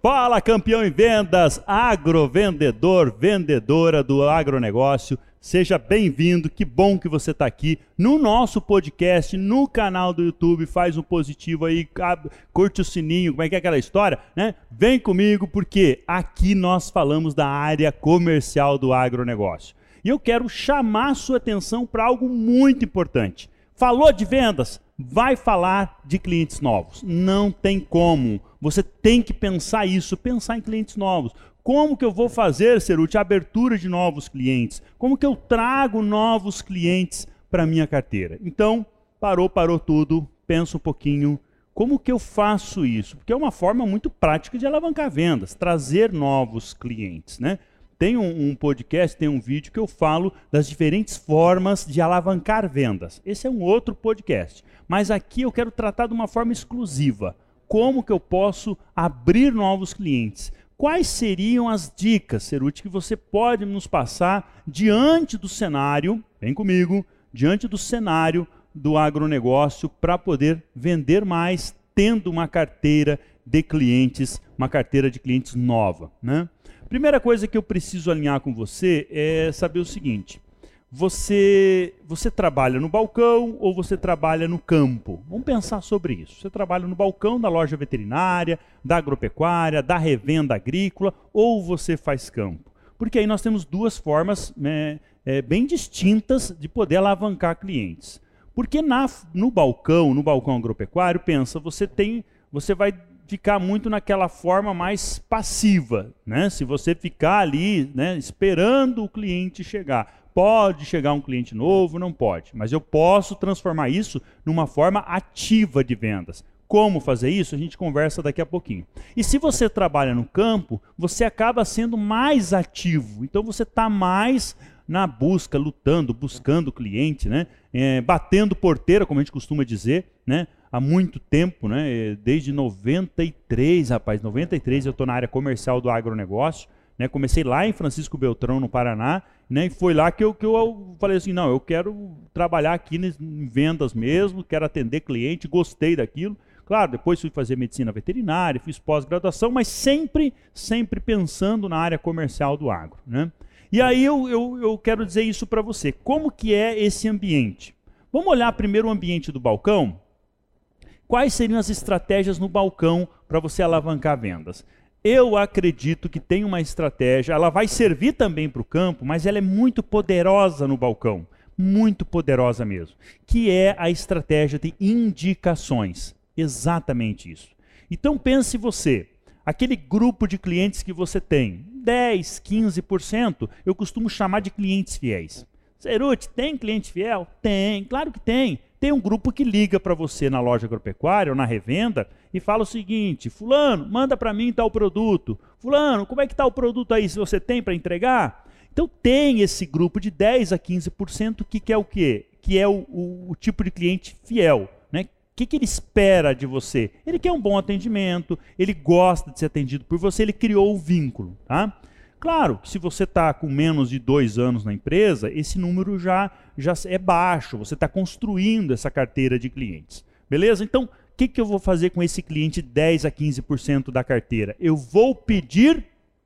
Fala, campeão em vendas, agrovendedor, vendedora do agronegócio. Seja bem-vindo, que bom que você está aqui no nosso podcast, no canal do YouTube. Faz um positivo aí, curte o sininho, como é que é aquela história, né? Vem comigo, porque aqui nós falamos da área comercial do agronegócio. E eu quero chamar a sua atenção para algo muito importante. Falou de vendas? Vai falar de clientes novos. Não tem como. Você tem que pensar isso, pensar em clientes novos. Como que eu vou fazer, Ceruti, a abertura de novos clientes? Como que eu trago novos clientes para a minha carteira? Então, parou tudo, pensa um pouquinho, como que eu faço isso? Porque é uma forma muito prática de alavancar vendas, trazer novos clientes, né? Tem um podcast, tem um vídeo que eu falo das diferentes formas de alavancar vendas. Esse é um outro podcast. Mas aqui eu quero tratar de uma forma exclusiva. Como que eu posso abrir novos clientes? Quais seriam as dicas, Ceruti, que você pode nos passar diante do cenário, vem comigo, diante do cenário do agronegócio para poder vender mais, tendo uma carteira de clientes nova, né? Primeira coisa que eu preciso alinhar com você é saber o seguinte: você trabalha no balcão ou você trabalha no campo? Vamos pensar sobre isso. Você trabalha no balcão da loja veterinária, da agropecuária, da revenda agrícola, ou você faz campo? Porque aí nós temos duas formas bem distintas de poder alavancar clientes. Porque no balcão agropecuário, pensa, você vai ficar muito naquela forma mais passiva, né? Se você ficar ali, né, esperando o cliente chegar. Pode chegar um cliente novo? Não pode. Mas eu posso transformar isso numa forma ativa de vendas. Como fazer isso? A gente conversa daqui a pouquinho. E se você trabalha no campo, você acaba sendo mais ativo. Então você está mais na busca, lutando, buscando cliente, né? Batendo porteira, como a gente costuma dizer, né? Há muito tempo, né? Desde 93, rapaz, 93 eu estou na área comercial do agronegócio, né? Comecei lá em Francisco Beltrão, no Paraná, né? E foi lá que eu falei assim, não, eu quero trabalhar aqui em vendas mesmo, quero atender cliente, gostei daquilo. Claro, depois fui fazer medicina veterinária, fiz pós-graduação, mas sempre pensando na área comercial do agro, né? E aí eu quero dizer isso para você. Como que é esse ambiente? Vamos olhar primeiro o ambiente do balcão? Quais seriam as estratégias no balcão para você alavancar vendas? Eu acredito que tem uma estratégia, ela vai servir também para o campo, mas ela é muito poderosa no balcão, muito poderosa mesmo, que é a estratégia de indicações. Exatamente isso. Então pense você, aquele grupo de clientes que você tem, 10, 15%, eu costumo chamar de clientes fiéis. Ceruti, tem cliente fiel? Tem, claro que tem. Tem um grupo que liga para você na loja agropecuária ou na revenda e fala o seguinte: fulano, manda para mim tal produto. Fulano, como é que está o produto aí, se você tem para entregar? Então tem esse grupo de 10 a 15% que quer o quê? Que é o tipo de cliente fiel, né? O que ele espera de você? Ele quer um bom atendimento, ele gosta de ser atendido por você, ele criou o vínculo, tá? Claro que se você está com menos de 2 anos na empresa, esse número já é baixo, você está construindo essa carteira de clientes. Beleza? Então, o que eu vou fazer com esse cliente 10 a 15% da carteira? Eu vou pedir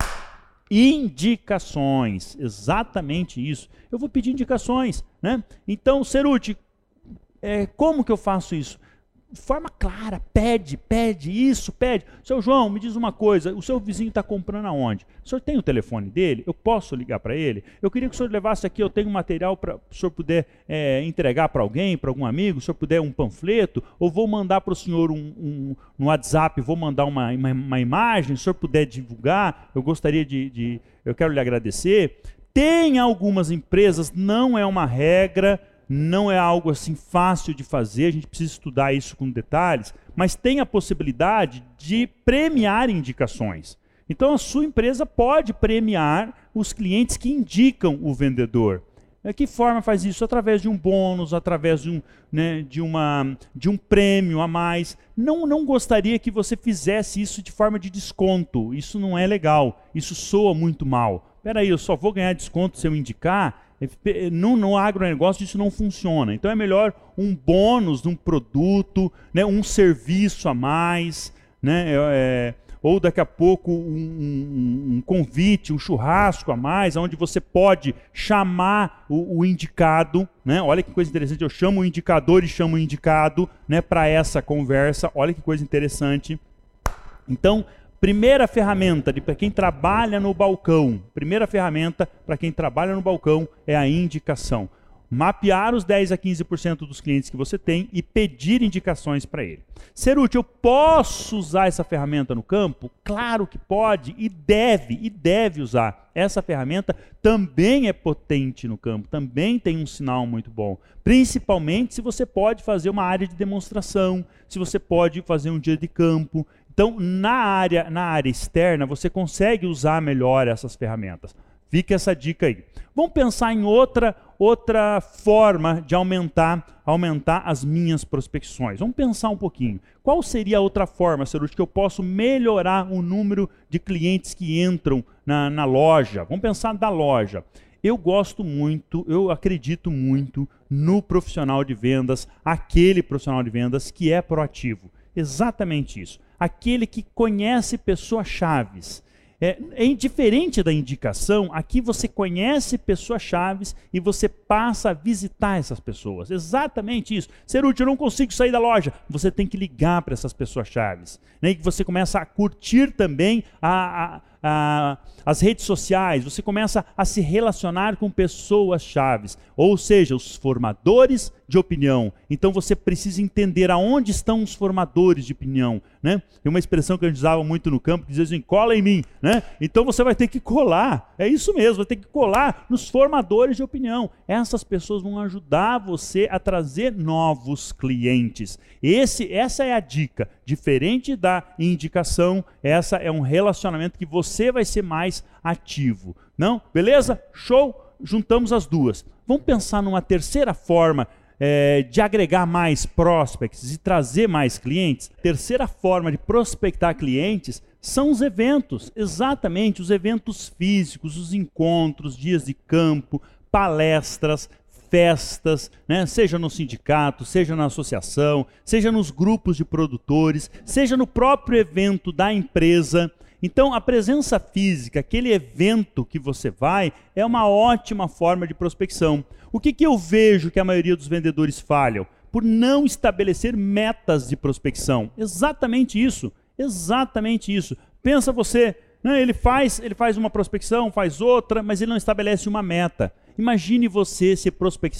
indicações, exatamente isso. Eu vou pedir indicações, né? Então, Ceruti, como que eu faço isso? De forma clara, pede. Seu João, me diz uma coisa, o seu vizinho está comprando aonde? O senhor tem o telefone dele? Eu posso ligar para ele? Eu queria que o senhor levasse aqui, eu tenho um material para o senhor puder entregar para alguém, para algum amigo, o senhor puder um panfleto, ou vou mandar para o senhor no WhatsApp, vou mandar uma imagem, se o senhor puder divulgar, eu gostaria eu quero lhe agradecer. Tem algumas empresas, não é uma regra, não é algo assim fácil de fazer, a gente precisa estudar isso com detalhes, mas tem a possibilidade de premiar indicações. Então a sua empresa pode premiar os clientes que indicam o vendedor. De que forma faz isso? Através de um bônus, através de um prêmio a mais. Não gostaria que você fizesse isso de forma de desconto, isso não é legal, isso soa muito mal. Espera aí, eu só vou ganhar desconto se eu indicar? No agronegócio isso não funciona. Então é melhor um bônus de um produto, né, um serviço a mais, né, Ou daqui a pouco um convite, um churrasco a mais, onde você pode chamar o indicado, né? Olha que coisa interessante, eu chamo o indicador e chamo o indicado, né, para essa conversa. Olha que coisa interessante. Então, primeira ferramenta para quem trabalha no balcão, é a indicação. Mapear os 10 a 15% dos clientes que você tem e pedir indicações para ele. Ceruti, eu posso usar essa ferramenta no campo? Claro que pode e deve usar. Essa ferramenta também é potente no campo, também tem um sinal muito bom. Principalmente se você pode fazer uma área de demonstração, se você pode fazer um dia de campo. Então, na área externa, você consegue usar melhor essas ferramentas. Fica essa dica aí. Vamos pensar em outra forma de aumentar as minhas prospecções. Vamos pensar um pouquinho. Qual seria a outra forma, Ceruti, que eu posso melhorar o número de clientes que entram na loja? Vamos pensar da loja. Eu acredito muito no profissional de vendas, aquele profissional de vendas que é proativo. Exatamente isso. Aquele que conhece pessoas-chaves. É indiferente da indicação, aqui você conhece pessoas-chaves e você passa a visitar essas pessoas. Exatamente isso. Ceruti, eu não consigo sair da loja. Você tem que ligar para essas pessoas-chaves. Né? E você começa a curtir também as redes sociais, você começa a se relacionar com pessoas-chaves, ou seja, os formadores de opinião. Então você precisa entender aonde estão os formadores de opinião. Né? Tem uma expressão que a gente usava muito no campo, que dizia assim, cola em mim. Né? Então você vai ter que colar, é isso mesmo, vai ter que colar nos formadores de opinião. Essas pessoas vão ajudar você a trazer novos clientes. Essa é a dica. Diferente da indicação, essa é um relacionamento que você vai ser mais ativo. Não? Beleza? Show? Juntamos as duas. Vamos pensar numa terceira forma de agregar mais prospects e trazer mais clientes. Terceira forma de prospectar clientes são os eventos. Exatamente, os eventos físicos, os encontros, dias de campo, palestras, festas, né? Seja no sindicato, seja na associação, seja nos grupos de produtores, seja no próprio evento da empresa. Então, a presença física, aquele evento que você vai, é uma ótima forma de prospecção. O que eu vejo que a maioria dos vendedores falham? Por não estabelecer metas de prospecção. Exatamente isso. Exatamente isso. Pensa você, né, ele faz uma prospecção, faz outra, mas ele não estabelece uma meta. Imagine você se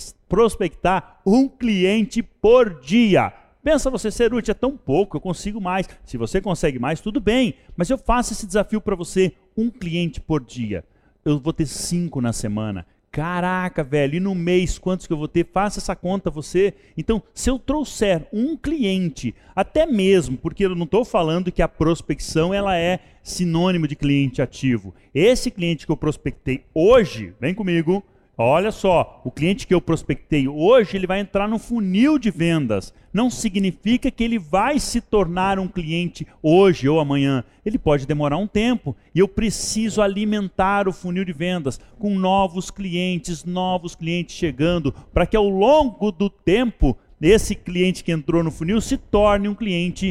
prospectar um cliente por dia. Pensa você, Ceruti, é tão pouco, eu consigo mais. Se você consegue mais, tudo bem. Mas eu faço esse desafio para você, um cliente por dia. Eu vou ter 5 na semana. Caraca, velho, e no mês quantos que eu vou ter? Faça essa conta você. Então, se eu trouxer um cliente, até mesmo, porque eu não estou falando que a prospecção ela é sinônimo de cliente ativo. Esse cliente que eu prospectei hoje, vem comigo, olha só, o cliente que eu prospectei hoje, ele vai entrar no funil de vendas. Não significa que ele vai se tornar um cliente hoje ou amanhã. Ele pode demorar um tempo e eu preciso alimentar o funil de vendas com novos clientes chegando, para que ao longo do tempo, esse cliente que entrou no funil se torne um cliente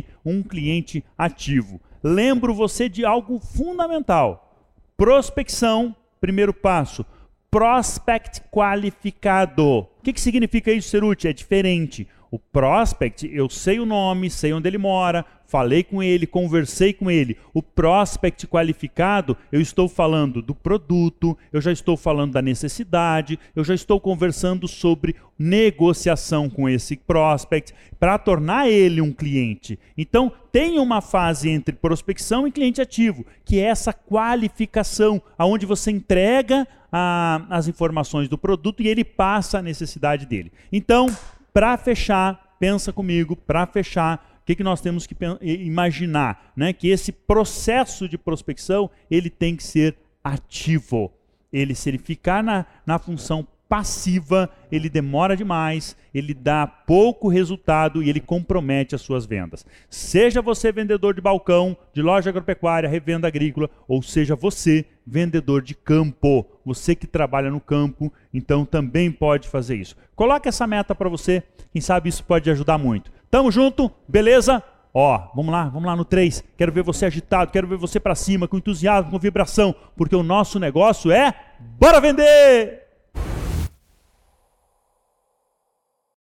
ativo. Lembro você de algo fundamental. Prospecção, primeiro passo. Prospect qualificado. O que significa isso, Ceruti? É diferente. O prospect, eu sei o nome, sei onde ele mora, falei com ele, conversei com ele. O prospect qualificado, eu estou falando do produto, eu já estou falando da necessidade, eu já estou conversando sobre negociação com esse prospect para tornar ele um cliente. Então, tem uma fase entre prospecção e cliente ativo, que é essa qualificação, onde você entrega as informações do produto e ele passa a necessidade dele. Então, para fechar, pensa comigo, para fechar, o que nós temos que imaginar? Né? Que esse processo de prospecção, ele tem que ser ativo. Se ele ficar na função passiva, ele demora demais, ele dá pouco resultado e ele compromete as suas vendas. Seja você vendedor de balcão, de loja agropecuária, revenda agrícola, ou seja você vendedor de campo, você que trabalha no campo, então também pode fazer isso. Coloque essa meta para você, quem sabe isso pode ajudar muito. Tamo junto, beleza? Ó, vamos lá no 3. Quero ver você agitado, quero ver você para cima, com entusiasmo, com vibração, porque o nosso negócio é bora vender!